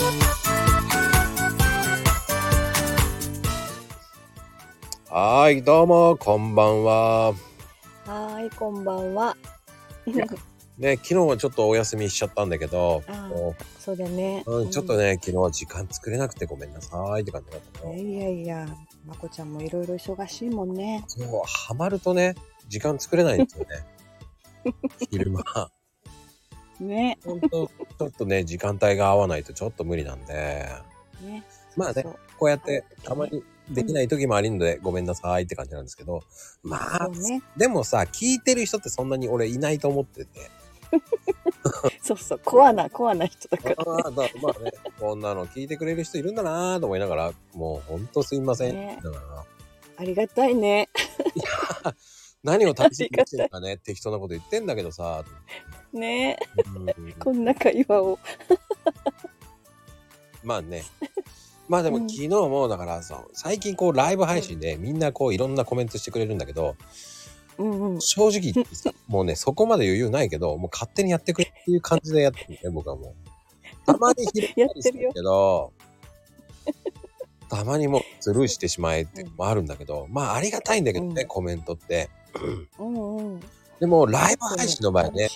はい、どうも、こんばんは。 はい、こんばんは。 ね、昨日はちょっとお休みしちゃったんだけど、 そうだね。 ちょっとね、昨日は時間作れなくてごめんなさいって感じだったの。 いやいや、まこちゃんもいろいろ忙しいもんね。 そう、ハマるとね、時間作れないんですよね。昼間。 ね。 ほんと、ちょっとね、時間帯が合わないとちょっと無理なんで。 ね。 まあね、こうやってたまにできない時もあるので、ごめんなさいって感じなんですけど、まあ、でもさ、聞いてる人ってそんなに俺いないと思ってて。 そうそう、コアな人だから、ね。 まあね、こんなの聞いてくれる人いるんだなと思いながら、もうほんとすいません。ね、だからありがたいね。 いや、何を楽しみにしてるかね、適当なこと言ってんだけどさ。 ねえ。こんな会話を。 まあね。まあでも昨日もだからさ、最近こうライブ配信でみんなこういろんなコメントしてくれるんだけど、正直言ってさ、もうね、そこまで余裕ないけど、もう勝手にやってくれっていう感じでやってるね、僕はもう。たまに拾ったりするけど、たまにもうスルーしてしまえっていうのもあるんだけど、まあありがたいんだけどね、コメントって。でもライブ配信の場合ね、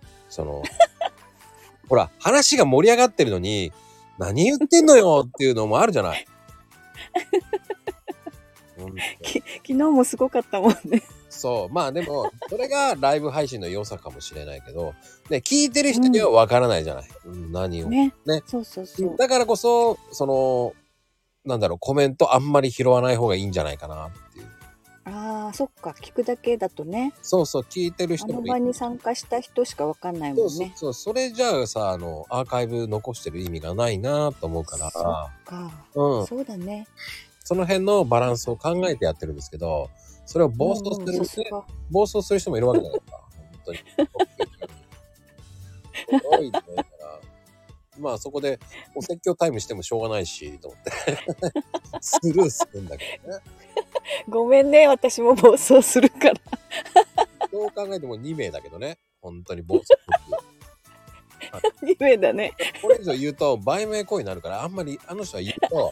ほら、話が盛り上がってるのに、何言ってんのよっていうのもあるじゃない。 昨日もすごかったもんね。 そう。まあでも、それがライブ配信の良さかもしれないけど、ね、聞いてる人にはわからないじゃない。何を。ね。 そうそうそう。 だからこそ、なんだろう、コメントあんまり拾わない方がいいんじゃないかなっていう。 ああ、そっか。聞くだけだとね。 そうそう、聞いてる人もあの場に参加した人しかわかんないもんね。 そう、それじゃあさ、アーカイブ残してる意味がないなと思うから。 そっか。そうだね。 その辺のバランスを考えてやってるんですけど、それを暴走する人もいるわけじゃないですか。本当に。すごいね。まあそこでお説教タイムしてもしょうがないし、と思って。スルーするんだけどね。 ごめんね、私も暴走するから。 どう考えても2名だけどね。本当に暴走する。2名だね。 これ以上言うと売名行為になるから、あんまりあの人は言うと、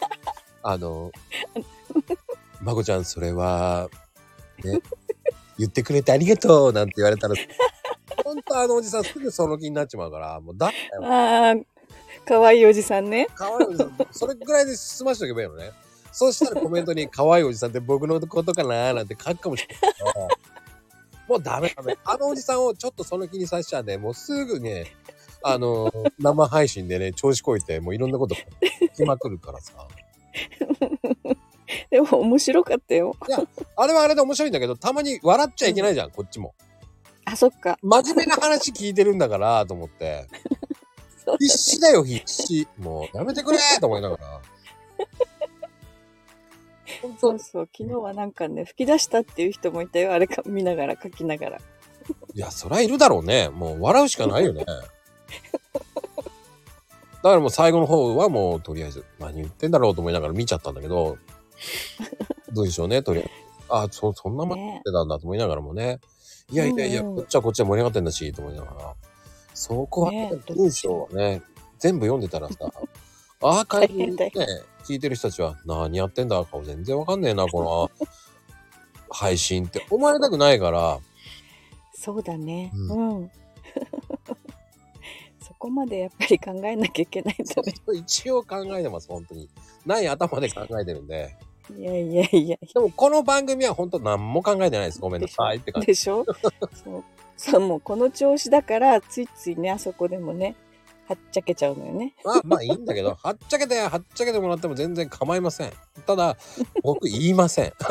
まこちゃんそれは、ね、言ってくれてありがとうなんて言われたら、ほんとおじさんすぐその気になっちまうから、もうだったよ。 ああ、かわいいおじさんね。 かわいいおじさん、それぐらいで済ましておけばいいのね。そうしたらコメントにかわいいおじさんって僕のことかなーなんて書くかもしれないけど、もうダメ。あのおじさんをちょっとその気にさせちゃうね、もうすぐね、生配信でね、調子こいて、もういろんなこと聞きまくるからさ。 でも面白かったよ。 いや、あれはあれで面白いんだけど、たまに笑っちゃいけないじゃん、こっちも。 あ、そっか。 真面目な話聞いてるんだから、と思って。必死だよ、必死。もう、やめてくれと思いながら。 そうそう、昨日はなんかね、吹き出したっていう人もいたよ、あれか見ながら、書きながら。 いや、そりゃいるだろうね。もう笑うしかないよね。だからもう最後の方はもう、とりあえず、何言ってんだろうと思いながら見ちゃったんだけど、どうでしょうね、とりあえず。あ、そんな待ってたんだと思いながらもね。いや、こっちはこっちは盛り上がってんだし、と思いながら。そこは、文章をね、全部読んでたらさ、アーカイブね、聞いてる人たちは、何やってんだか全然わかんねえな、この配信って思われたくないから。 そうだね。そこまでやっぱり考えなきゃいけないんだね。 一応考えてます、本当に。ない頭で考えてるんで。 いやいやいや。 でもこの番組は本当何も考えてないです。ごめんなさいって感じ。 でしょそう、もうこの調子だから、ついついね、あそこでもね、はっちゃけちゃうのよね。 まあいいんだけど、はっちゃけてもらっても全然構いません。ただ、僕言いません。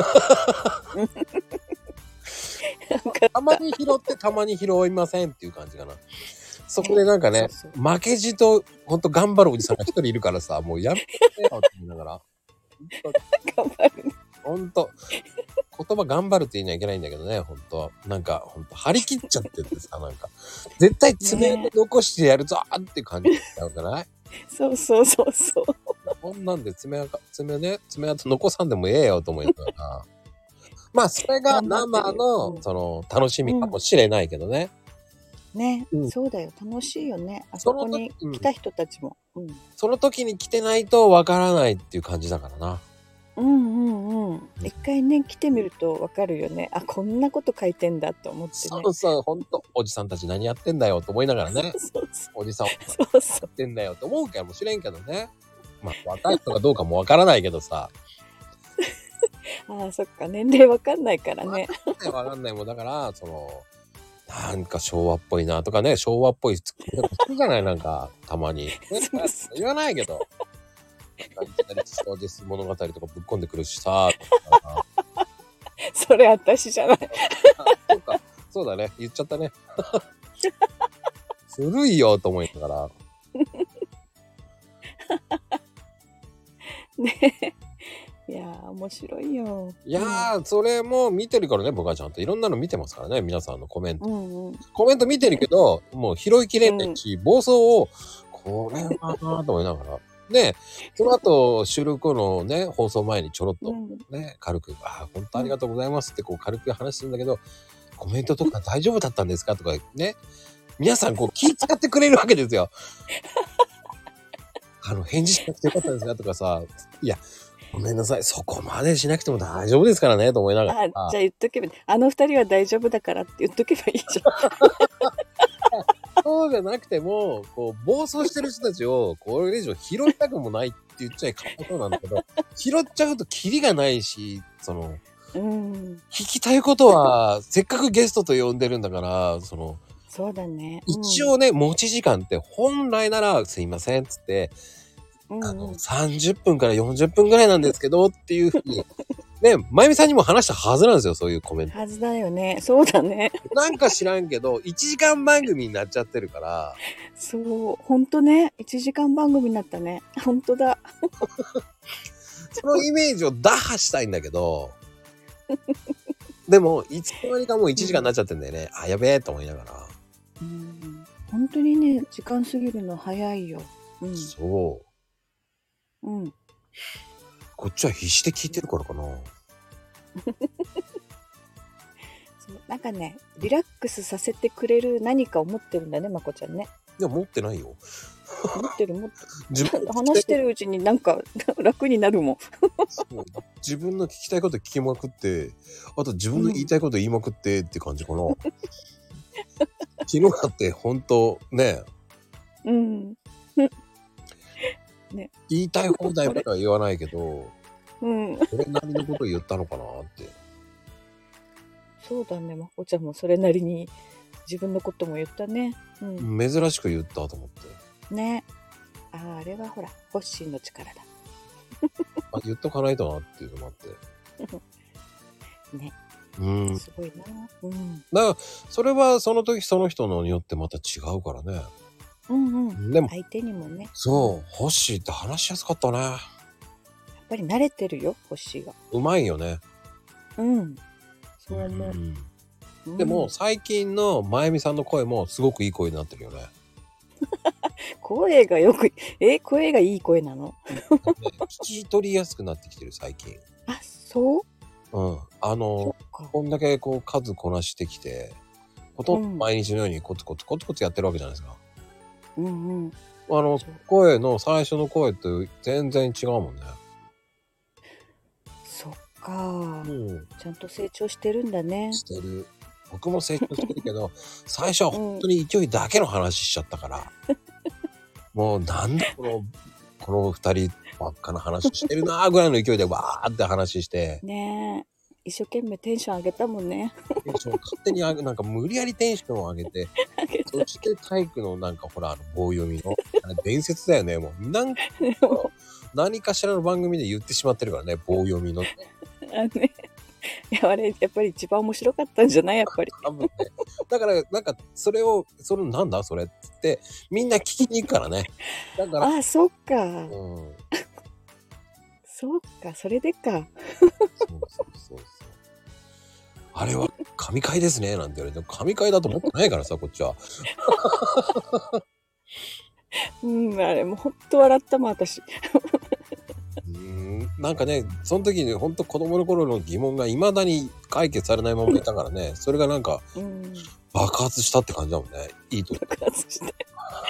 たまに拾ってたまに拾いませんっていう感じかな。そこでなんかね、負けじとほんと頑張るおじさんが一人いるからさ、もうやめてよって言いながら。 頑張る。 ほんと。言葉頑張るって言いにはいけないんだけどね、ほんと。なんか、ほんと張り切っちゃっててさ、なんか。絶対爪残してやるぞーって感じになっちゃうじゃない？ そうそうそうそう。 こんなんで爪痕残さんでもええよと思いながら。まあ、それが生の、楽しみかもしれないけどね。 ね、 うん、 そうだよ。楽しいよね。あそこに来た人たちも。 その時に来てないとわからないっていう感じだからな。 一回ね、来てみるとわかるよね。あ、こんなこと書いてんだと思ってね。 そうそう、ほんと、おじさんたち何やってんだよと思いながらね。 そうおじさんそうやってんだよと思うかもしれんけどね。まあ、若い人かどうかもわからないけどさ。 ああ、そっか、年齢わかんないからね。 わかんないもんだから、なんか昭和っぽいなとかね、昭和っぽいツッコミとかするじゃない、なんか、たまに。言わないけど。そうです物語とかぶっ込んでくるしさ。 それ私じゃない。 そうか、そうだね、言っちゃったね。古いよと思いながら。 ね。いやー、面白いよ。 いやー、それも見てるからね、僕はちゃんといろんなの見てますからね、皆さんのコメント。コメント見てるけど、もう拾いきれないし、暴走を、これはなーと思いながら。で、その後、収録のね、放送前にちょろっとね、軽く、本当ありがとうございますってこう軽く話するんだけど、コメントとか大丈夫だったんですかとかね、皆さんこう気使ってくれるわけですよ。返事しなくてよかったですかとかさ、いや、ごめんなさい、そこまでしなくても大丈夫ですからね、と思いながら。 じゃあ言っとけば、あの二人は大丈夫だからって言っとけばいいじゃん。 そうじゃなくても、こう、暴走してる人たちを、これ以上拾いたくもないって言っちゃいかわいそうなんだけど、拾っちゃうとキリがないし、聞きたいことは、せっかくゲストと呼んでるんだから、 そうだね。 一応ね、持ち時間って本来なら、すいません、つって、30分から40分ぐらいなんですけど、っていうふうに、ね、まゆみさんにも話したはずなんですよ、そういうコメント。 はずだよね。そうだね。 なんか知らんけど、1時間番組になっちゃってるから。 そう、ほんとね。1時間番組になったね。ほんとだ。 そのイメージを打破したいんだけど、でも、いつの間にかもう1時間になっちゃってんだよね。やべえと思いながら。 本当にね、時間過ぎるの早いよ。 そう。こっちは必死で聞いてるからかな。 そうなんかね、リラックスさせてくれる何かを持ってるんだね、まこちゃんね。 いや、持ってないよ。 持ってる。話してるうちになんか楽になるもん。 自分の聞きたいこと聞きまくって、あと自分の言いたいこと言いまくってって感じかな。昨日だって本当ね。ね、言いたい放題までは言わないけど、それなりのことを言ったのかなって。 そうだね、まこちゃんもそれなりに自分のことも言ったね。 珍しく言ったと思って。 ね。あれはほら、ホッシーの力だ。 言っとかないとなっていうのもあって。 ね。すごいな。 だから、それはその時その人のによってまた違うからね。 でも、相手にもね。 そう、ホッシーって話しやすかったね。やっぱり慣れてるよ、ホッシーが。 うまいよね。 そう思う。でも、最近のまゆみさんの声もすごくいい声になってるよね。 声がよく、声がいい声なの？ 聞き取りやすくなってきてる、最近。 あ、そう？ こんだけこう数こなしてきて、ほとんど毎日のようにコツコツやってるわけじゃないですか。声の最初の声って全然違うもんね。 そっか。ちゃんと成長してるんだね。 してる。僕も成長してるけど、最初は本当に勢いだけの話しちゃったから、もうなんでこの二人ばっかの話してるなーぐらいの勢いでわーって話して。 ねえ。一生懸命テンション上げたもんね。 テンション勝手になんか無理やりテンションを上げて、そして体育のなんかほら、棒読みの、伝説だよね、もう。何かしらの番組で言ってしまってるからね、棒読みの。 あれ、やっぱり一番面白かったんじゃないやっぱり。 多分ね。だから、なんか、なんだそれって、みんな聞きに行くからね。だから。 そっか。そっか、それでか。 そう。あれは神回ですね、なんて言われて、神回だと思ってないからさ、こっちは。 あれもうほんと笑ったもん、私。 なんかね、その時にほんと子供の頃の疑問が未だに解決されないままいたからね、それがなんか、 爆発したって感じだもんね。いいと。 爆発して。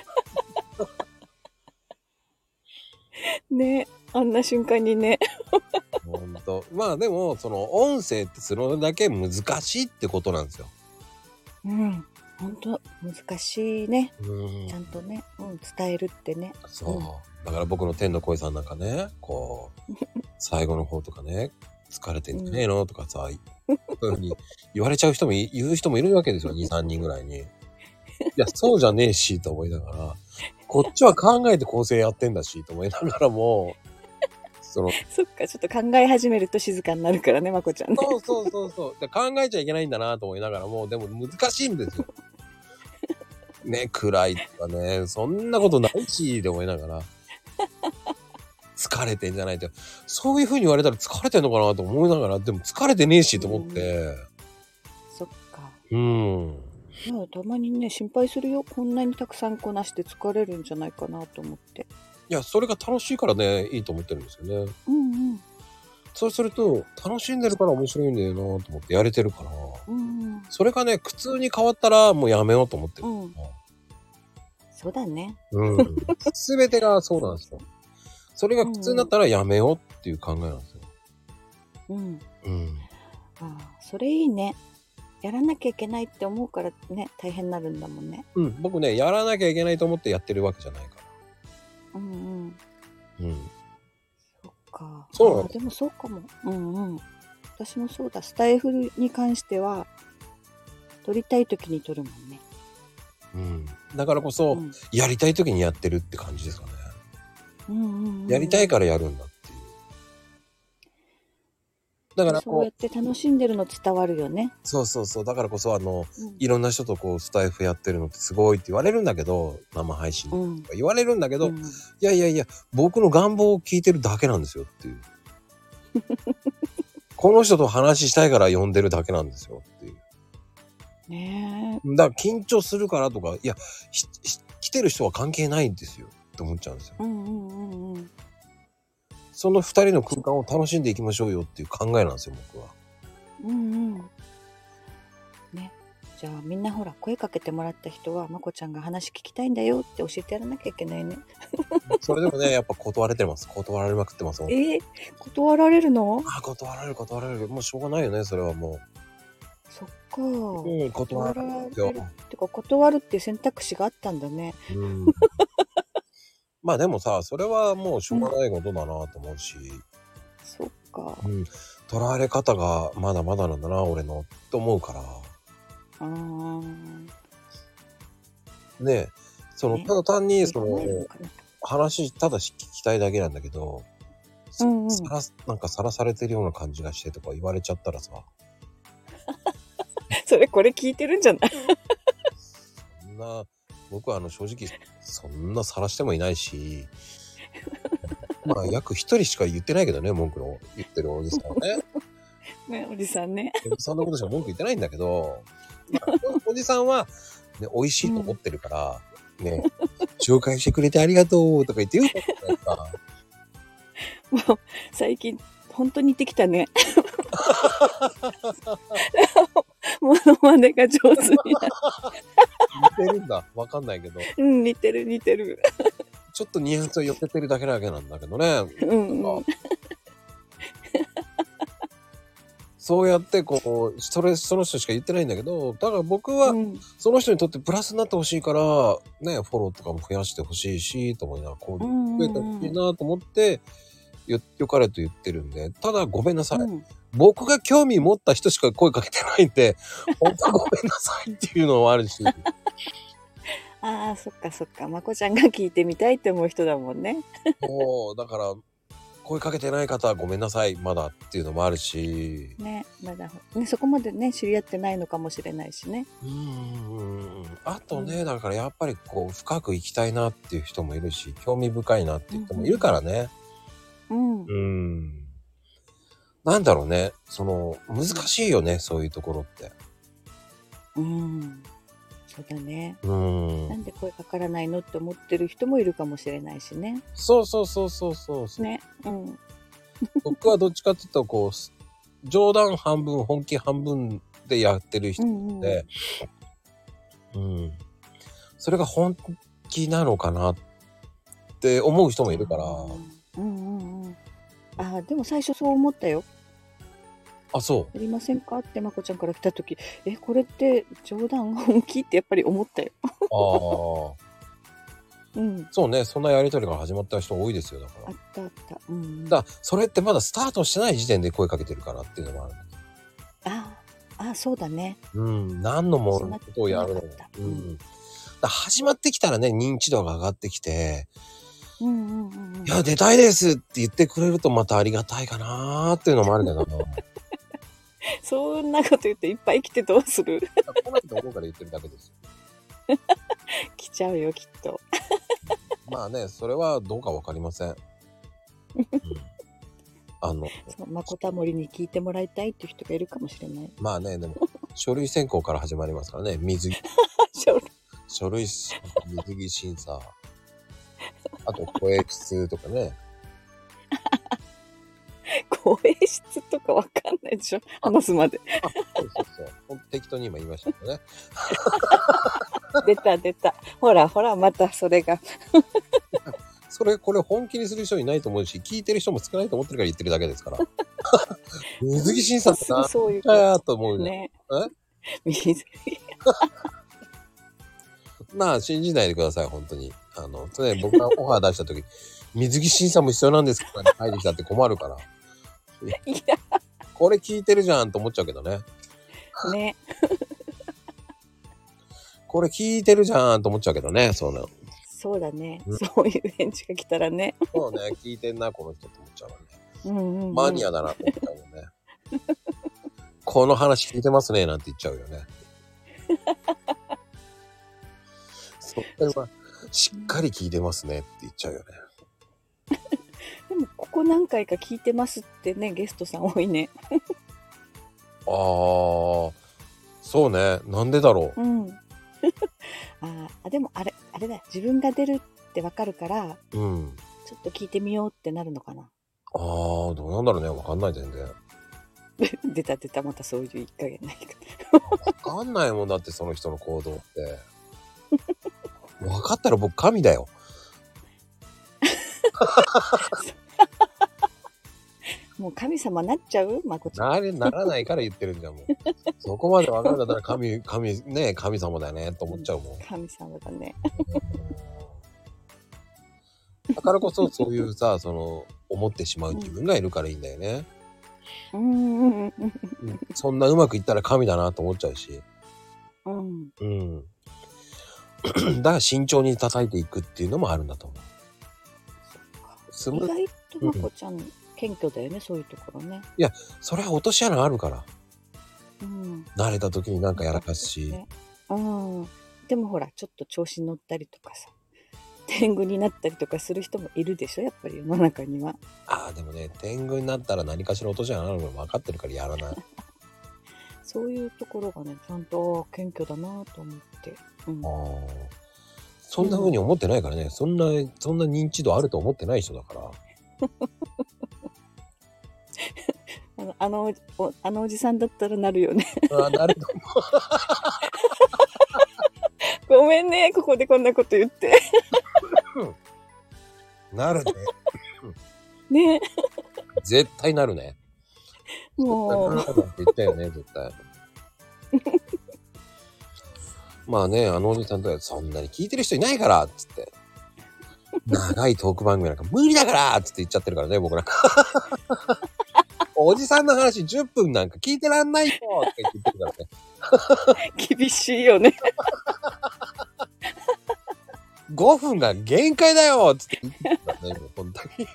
ね、あんな瞬間にね。 ほんと。まあでも、その音声ってそれだけ難しいってことなんですよ。 うん。ほんと、難しいね。ちゃんとね、伝えるってね。 そう。だから僕の天の声さんなんかね、こう、最後の方とかね、疲れてんじゃねえのとかさ、そういうふうに言われちゃう人も言う人もいるわけですよ、2、3人ぐらいに。いや、そうじゃねえし、と思いながら、こっちは考えて構成やってんだし、と思いながらも、 そっか、ちょっと考え始めると静かになるからね、まこちゃんね。 そう。で考えちゃいけないんだなと思いながらも、でも難しいんですよ。ね、暗いとかね、そんなことないし、って思いながら。疲れてんじゃないって。そういう風に言われたら疲れてんのかなと思いながら、でも疲れてねえしと思って。 そっか。 いや、たまにね、心配するよ。こんなにたくさんこなして疲れるんじゃないかなと思って。 いや、それが楽しいからね、いいと思ってるんですよね。そうすると、楽しんでるから面白いんだよなと思ってやれてるから。それがね、苦痛に変わったらもうやめようと思ってる。 そうだね。 すべてがそうなんですよ。それが苦痛になったらやめようっていう考えなんですよ。 それいいね。やらなきゃいけないって思うからね、大変になるんだもんね。 僕ね、やらなきゃいけないと思ってやってるわけじゃないから。 そっか。 そうなんです。 でもそうかも。私もそうだ。スタイフに関しては、撮りたい時に撮るもんね。 だからこそ、やりたい時にやってるって感じですかね。やりたいからやるんだっていう。だからそうやって楽しんでるの伝わるよね。 そう。だからこそいろんな人とこうスタイフやってるのってすごいって言われるんだけど、生配信とか言われるんだけど、いや、僕の願望を聞いてるだけなんですよっていう。この人と話したいから呼んでるだけなんですよっていう。 ねえ。 だから緊張するからとか、いや、来てる人は関係ないんですよって思っちゃうんですよ。その二人の空間を楽しんでいきましょうよっていう考えなんですよ、僕は。 ね。じゃあみんなほら、声かけてもらった人は、まこちゃんが話聞きたいんだよって教えてやらなきゃいけないね。 それでもね、やっぱ断られまくってます。 断られるの？ 断られる。もうしょうがないよね、それはもう。 そっか。 断られるよ。 てか、断るっていう選択肢があったんだね。 まあでもさ、それはもうしょうがないことだなと思うし。 そっか。 捉われ方がまだまだなんだな、俺の、と思うから。ねえ、ただ単に、話、ただ聞きたいだけなんだけど、なんかさらされてるような感じがしてとか言われちゃったらさ。 これ聞いてるんじゃない？ そんな、僕は正直、そんなさらしてもいないし、まあ約一人しか言ってないけどね、文句の言ってるおじさんはね。 ね、おじさんね。 おじさんのことしか文句言ってないんだけど、おじさんは、ね、美味しいと思ってるから、ね、紹介してくれてありがとうとか言って言うからさ。 もう、最近、本当に似てきたね。モノマネが上手になる。 似てるんだ。わかんないけど。 似てる。 ちょっとニュアンスを寄せてるだけなんだけどね。そうやってその人しか言ってないんだけど、だから僕はその人にとってプラスになってほしいから、ね、フォローとかも増やしてほしいし、と思いながら、増えてほしいなと思って、よかれと言ってるんで、ただごめんなさい。僕が興味持った人しか声かけてないんで、本当ごめんなさいっていうのもあるし。 そっか。まこちゃんが聞いてみたいって思う人だもんね。 だから、声かけてない方はごめんなさい、まだっていうのもあるし。 ね、まだ、ね、そこまでね、知り合ってないのかもしれないしね。 あとね、だからやっぱり深く行きたいなっていう人もいるし、興味深いなっていう人もいるからね。なんだろうね、難しいよね、そういうところって。 そうだね。なんで声かからないのって思ってる人もいるかもしれないしね。 そう。 ね。 僕はどっちかっていうと、冗談半分、本気半分でやってる人で、 うん。それが本気なのかなって思う人もいるから。 でも最初そう思ったよ。 あ、そう。 やりませんかってまこちゃんから来た時、これって冗談本気ってやっぱり思ったよ。 ああ。そうね、そんなやりとりが始まった人多いですよ、だから。 あったあった。 それってまだスタートしてない時点で声かけてるからっていうのもある。 そうだね。 何のものことをやるのか。始まってきたらね、認知度が上がってきて、いや、出たいですって言ってくれるとまたありがたいかなーっていうのもあるけど。 そんなこと言っていっぱい来てどうする？ 来ないと思うから言ってるだけですよ。来ちゃうよ、きっと。 まあね、それはどうかわかりません。 まこたもりに聞いてもらいたいっていう人がいるかもしれない。 まあね、でも、書類選考から始まりますからね、書類、水着審査、あと声質とかね。 声質とかわかんないでしょ、話すまで。 そう。適当に今言いましたけどね。 出た。ほら、またそれが。 これ本気にする人いないと思うし、聞いてる人も少ないと思ってるから言ってるだけですから。水着審査ってなんだよと思うね。水着。まあ、信じないでください、本当に。僕がオファー出した時、水着審査も必要なんですかって書いてきたって困るから。これ聞いてるじゃんと思っちゃうけどね。 ね。 これ聞いてるじゃんと思っちゃうけどね、そうなの。 そうだね、そういう返事が来たらね。 そうね、聞いてんな、この人と思っちゃうわね。マニアだなと思っちゃうよね。この話聞いてますね、なんて言っちゃうよね。それは、しっかり聞いてますねって言っちゃうよね。 でも、ここ何回か聞いてますってね、ゲストさん多いね。 そうね。なんでだろう。 でもあれだよ。自分が出るってわかるから、 ちょっと聞いてみようってなるのかな。 どうなんだろうね。わかんない、全然。 出た。またそういう一加減ないわかんないもんだって、その人の行動って。わかったら僕神だよ。 もう神様なっちゃう？まこちゃん。 ならないから言ってるんじゃん、もう。そこまでわかるんだったら神様だよね、と思っちゃうもん。 神様だね。 だからこそ、そういうさ、思ってしまう自分がいるからいいんだよね。そんなうまくいったら神だなと思っちゃうし。だから慎重に叩いていくっていうのもあるんだと思う。 意外とまこちゃん、謙虚だよね、そういうところね。 いや、それは落とし穴あるから。慣れた時になんかやらかすし。 でもほら、ちょっと調子に乗ったりとかさ、天狗になったりとかする人もいるでしょ、やっぱり世の中には。 でもね、天狗になったら何かしら落とし穴あるの分かってるからやらない。 そういうところがね、ちゃんと謙虚だなと思って。 そんな風に思ってないからね、そんな認知度あると思ってない人だから。 あのおじさんだったらなるよね。 なると思う。ごめんね、ここでこんなこと言って。 なるね。 ね。 絶対なるね。 もう。 って言ったよね、絶対。まあね、おじさんとかそんなに聞いてる人いないからっつって。長いトーク番組なんか無理だからっつって言っちゃってるからね、僕なんか。おじさんの話10分なんか聞いてらんないよって言ってるからね。 厳しいよね。 5分が限界だよっつって言ってるからね、もう本当に。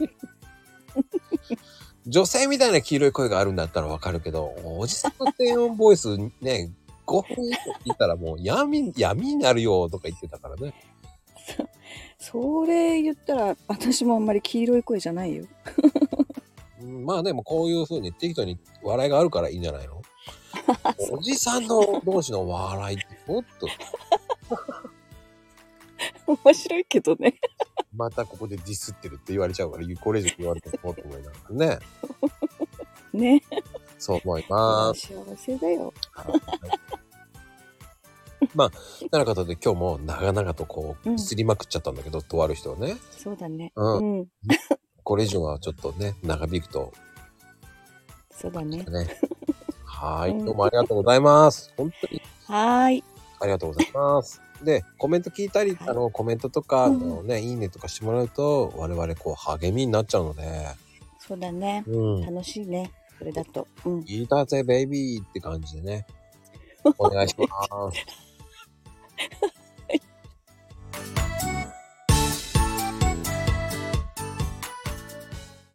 女性みたいな黄色い声があるんだったらわかるけど、おじさんの低音ボイスね、5分以上聞いたらもう闇になるよとか言ってたからね。 それ言ったら私もあんまり黄色い声じゃないよ。 まあでもこういう風に適当に笑いがあるからいいんじゃないの？おじさんの同士の笑いってもっと面白いけどね。 またここでディスってるって言われちゃうから、これ以上言われてもと思いながらね。 ね。 そう思います。 幸せだよ。 まあ、なら方で今日も長々とこう、すりまくっちゃったんだけど、とある人をね。 そうだね。 これ以上はちょっとね、長引くと。 そうだね。 はい。どうもありがとうございます。本当に。 はい。 ありがとうございます。で、コメント聞いたり、コメントとか、いいねとかしてもらうと、我々こう励みになっちゃうので。 そうだね。楽しいね。それだと。 聞いたぜ、ベイビーって感じでね。お願いします。